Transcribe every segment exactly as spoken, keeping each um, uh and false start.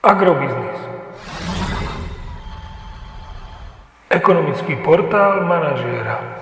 Agrobiznis. Ekonomický portál manažéra.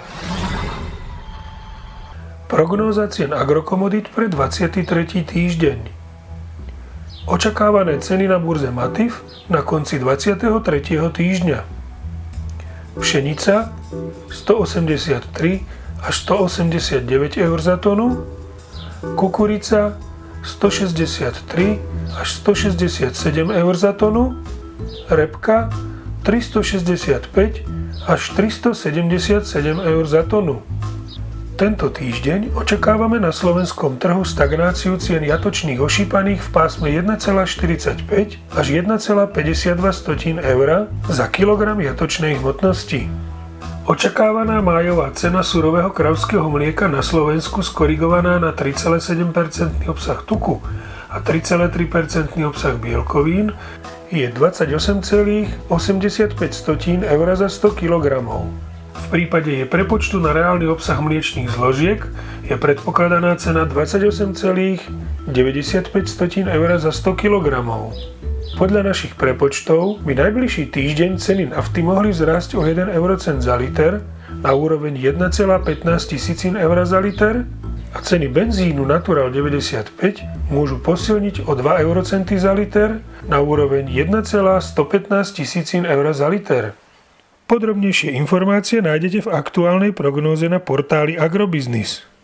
Prognóza cien agrokomodít pre dvadsiaty tretí týždeň. Očakávané ceny na burze Matif na konci dvadsiateho tretieho týždňa. Pšenica stoosemdesiattri až stoosemdesiatdeväť eur za tonu, kukurica stošesťdesiattri až stošesťdesiatsedem eur za tonu, repka tristošesťdesiatpäť až tristosedemdesiatsedem eur za tonu. Tento týždeň očakávame na slovenskom trhu stagnáciu cien jatočných ošípaných v pásme jeden celá štyridsaťpäť až jeden celá päťdesiatdva eur za kilogram jatočnej hmotnosti. Očakávaná májová cena surového kravského mlieka na Slovensku skorigovaná na tri celé sedem percenta obsah tuku a tri celé tri percenta obsah bielkovín je dvadsaťosem celá osemdesiatpäť eur za sto kilogramov. V prípade jej prepočtu na reálny obsah mliečnych zložiek je predpokladaná cena dvadsaťosem celá deväťdesiatpäť eur za sto kilogramov. Podľa našich prepočtov by najbližší týždeň ceny nafty mohli vzrásť o jeden eurocent za liter na úroveň jeden celá pätnásť tisícin eur za liter a ceny benzínu Natural deväťdesiatpäť môžu posilniť o dva eurocenty za liter na úroveň jeden celá stopätnásť tisícin eur za liter. Podrobnejšie informácie nájdete v aktuálnej prognóze na portáli Agrobiznis.